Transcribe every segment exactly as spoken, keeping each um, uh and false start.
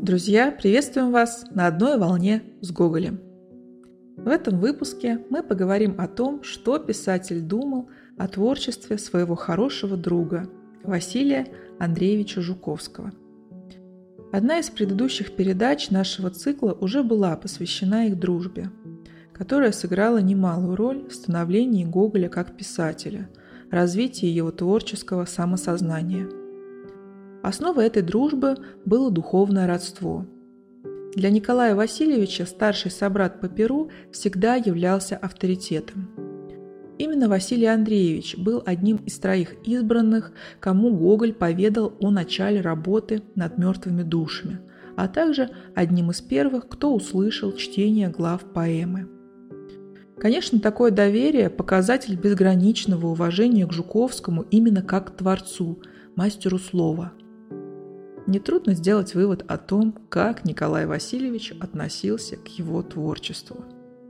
Друзья, приветствуем вас на одной волне с Гоголем. В этом выпуске мы поговорим о том, что писатель думал о творчестве своего хорошего друга Василия Андреевича Жуковского. Одна из предыдущих передач нашего цикла уже была посвящена их дружбе, которая сыграла немалую роль в становлении Гоголя как писателя, развитии его творческого самосознания. Основой этой дружбы было духовное родство. Для Николая Васильевича старший собрат по перу всегда являлся авторитетом. Именно Василий Андреевич был одним из троих избранных, кому Гоголь поведал о начале работы над мертвыми душами, а также одним из первых, кто услышал чтение глав поэмы. Конечно, такое доверие – показатель безграничного уважения к Жуковскому именно как к творцу, мастеру слова. Нетрудно сделать вывод о том, как Николай Васильевич относился к его творчеству.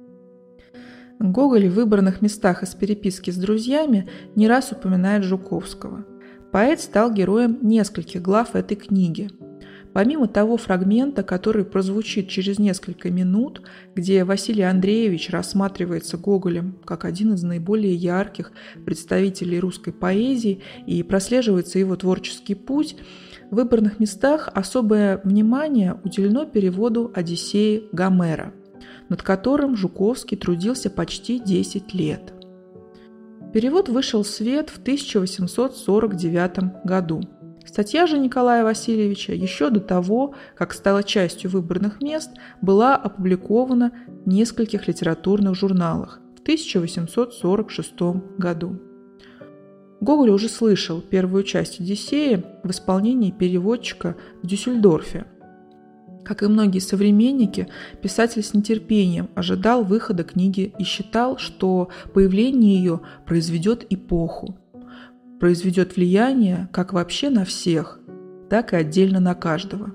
Гоголь в выбранных местах из переписки с друзьями не раз упоминает Жуковского. Поэт стал героем нескольких глав этой книги. Помимо того фрагмента, который прозвучит через несколько минут, где Василий Андреевич рассматривается Гоголем как один из наиболее ярких представителей русской поэзии и прослеживается его творческий путь, в выбранных местах особое внимание уделено переводу «Одиссеи» Гомера, над которым Жуковский трудился почти десять лет. Перевод вышел в свет в тысяча восемьсот сорок девятом году. Статья же Николая Васильевича еще до того, как стала частью выбранных мест, была опубликована в нескольких литературных журналах в тысяча восемьсот сорок шестом году. Гоголь уже слышал первую часть «Одиссеи» в исполнении переводчика в Дюссельдорфе. Как и многие современники, писатель с нетерпением ожидал выхода книги и считал, что появление ее произведет эпоху, произведет влияние как вообще на всех, так и отдельно на каждого.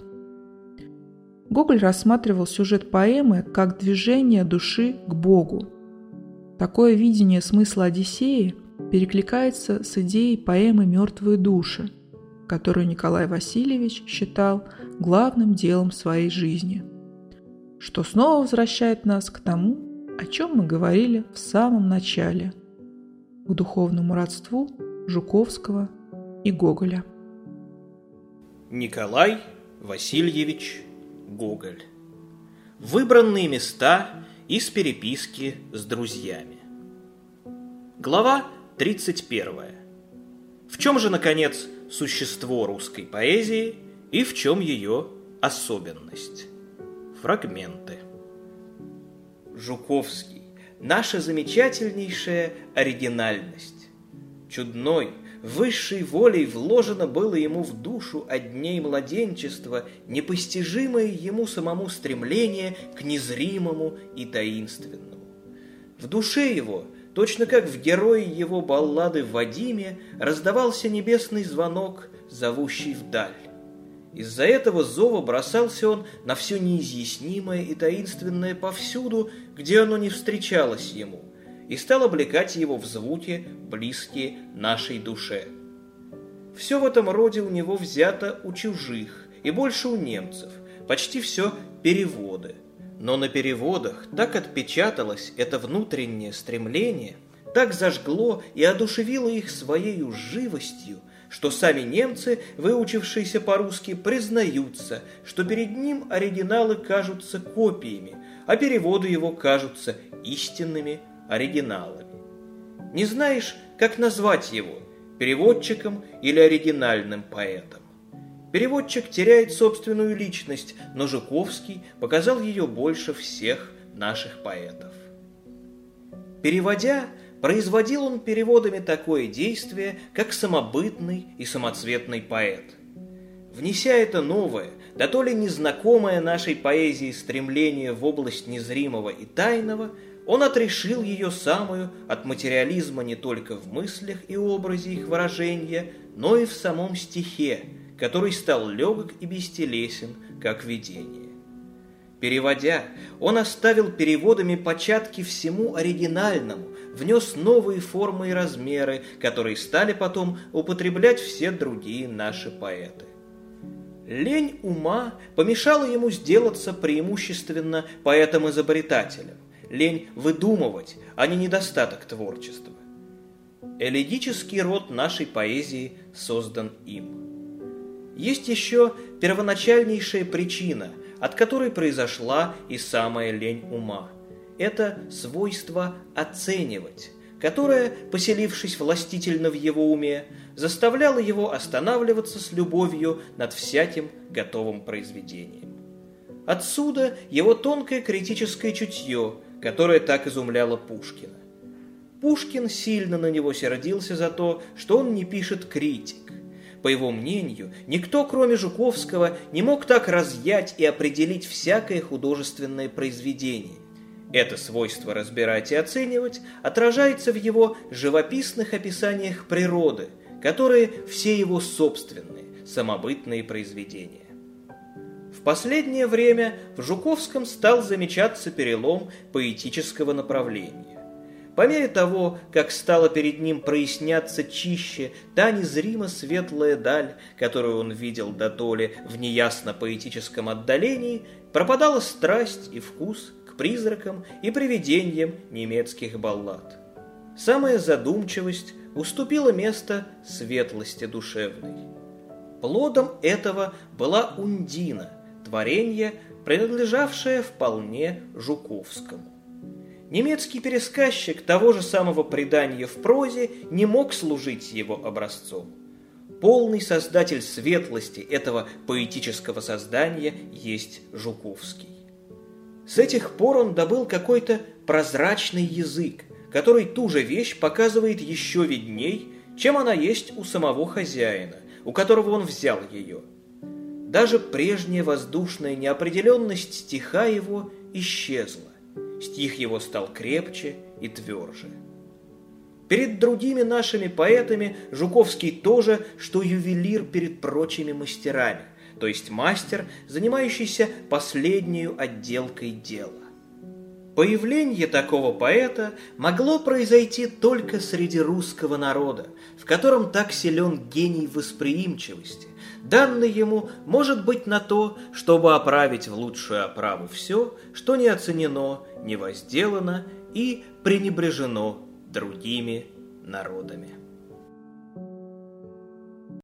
Гоголь рассматривал сюжет поэмы как движение души к Богу. Такое видение смысла «Одиссеи» перекликается с идеей поэмы «Мертвые души», которую Николай Васильевич считал главным делом своей жизни, что снова возвращает нас к тому, о чем мы говорили в самом начале, к духовному родству Жуковского и Гоголя. Николай Васильевич Гоголь. Выбранные места из переписки с друзьями. Глава тридцать первая. В чем же, наконец, существо русской поэзии и в чем ее особенность? Фрагменты. Жуковский. Наша замечательнейшая оригинальность. Чудной, высшей волей вложено было ему в душу от дней младенчества непостижимое ему самому стремление к незримому и таинственному. В душе его, точно как в герое его баллады «Вадиме», раздавался небесный звонок, зовущий вдаль. Из-за этого зова бросался он на все неизъяснимое и таинственное повсюду, где оно не встречалось ему, и стал облекать его в звуки, близкие нашей душе. Все в этом роде у него взято у чужих, и больше у немцев, почти все переводы. Но на переводах так отпечаталось это внутреннее стремление, так зажгло и одушевило их своею живостью, что сами немцы, выучившиеся по-русски, признаются, что перед ним оригиналы кажутся копиями, а переводы его кажутся истинными оригиналами. Не знаешь, как назвать его – переводчиком или оригинальным поэтом. Переводчик теряет собственную личность, но Жуковский показал ее больше всех наших поэтов. Переводя, производил он переводами такое действие, как самобытный и самоцветный поэт. Внеся это новое, да то ли незнакомое нашей поэзии стремление в область незримого и тайного, он отрешил ее самую от материализма не только в мыслях и образе их выражения, но и в самом стихе, который стал легок и бестелесен, как видение. Переводя, он оставил переводами початки всему оригинальному, внес новые формы и размеры, которые стали потом употреблять все другие наши поэты. Лень ума помешала ему сделаться преимущественно поэтом-изобретателем, лень выдумывать, а не недостаток творчества. Элегический род нашей поэзии создан им. Есть еще первоначальнейшая причина, от которой произошла и самая лень ума. Это свойство оценивать, которое, поселившись властительно в его уме, заставляло его останавливаться с любовью над всяким готовым произведением. Отсюда его тонкое критическое чутье, которое так изумляло Пушкина. Пушкин сильно на него сердился за то, что он не пишет критик. По его мнению, никто, кроме Жуковского, не мог так разъять и определить всякое художественное произведение. Это свойство разбирать и оценивать отражается в его живописных описаниях природы, которые все его собственные, самобытные произведения. В последнее время в Жуковском стал замечаться перелом поэтического направления. По мере того, как стала перед ним проясняться чище та незримо светлая даль, которую он видел дотоле в неясно-поэтическом отдалении, пропадала страсть и вкус к призракам и привидениям немецких баллад. Самая задумчивость уступила место светлости душевной. Плодом этого была Ундина, творение, принадлежавшее вполне Жуковскому. Немецкий пересказчик того же самого предания в прозе не мог служить его образцом. Полный создатель светлости этого поэтического создания есть Жуковский. С этих пор он добыл какой-то прозрачный язык, который ту же вещь показывает еще видней, чем она есть у самого хозяина, у которого он взял ее. Даже прежняя воздушная неопределенность стиха его исчезла. Стих его стал крепче и тверже. Перед другими нашими поэтами Жуковский тоже, что ювелир перед прочими мастерами, то есть мастер, занимающийся последнюю отделкой дела. Появление такого поэта могло произойти только среди русского народа, в котором так силен гений восприимчивости, данный ему, может быть, на то, чтобы оправить в лучшую оправу все, что не оценено, не возделано и пренебрежено другими народами.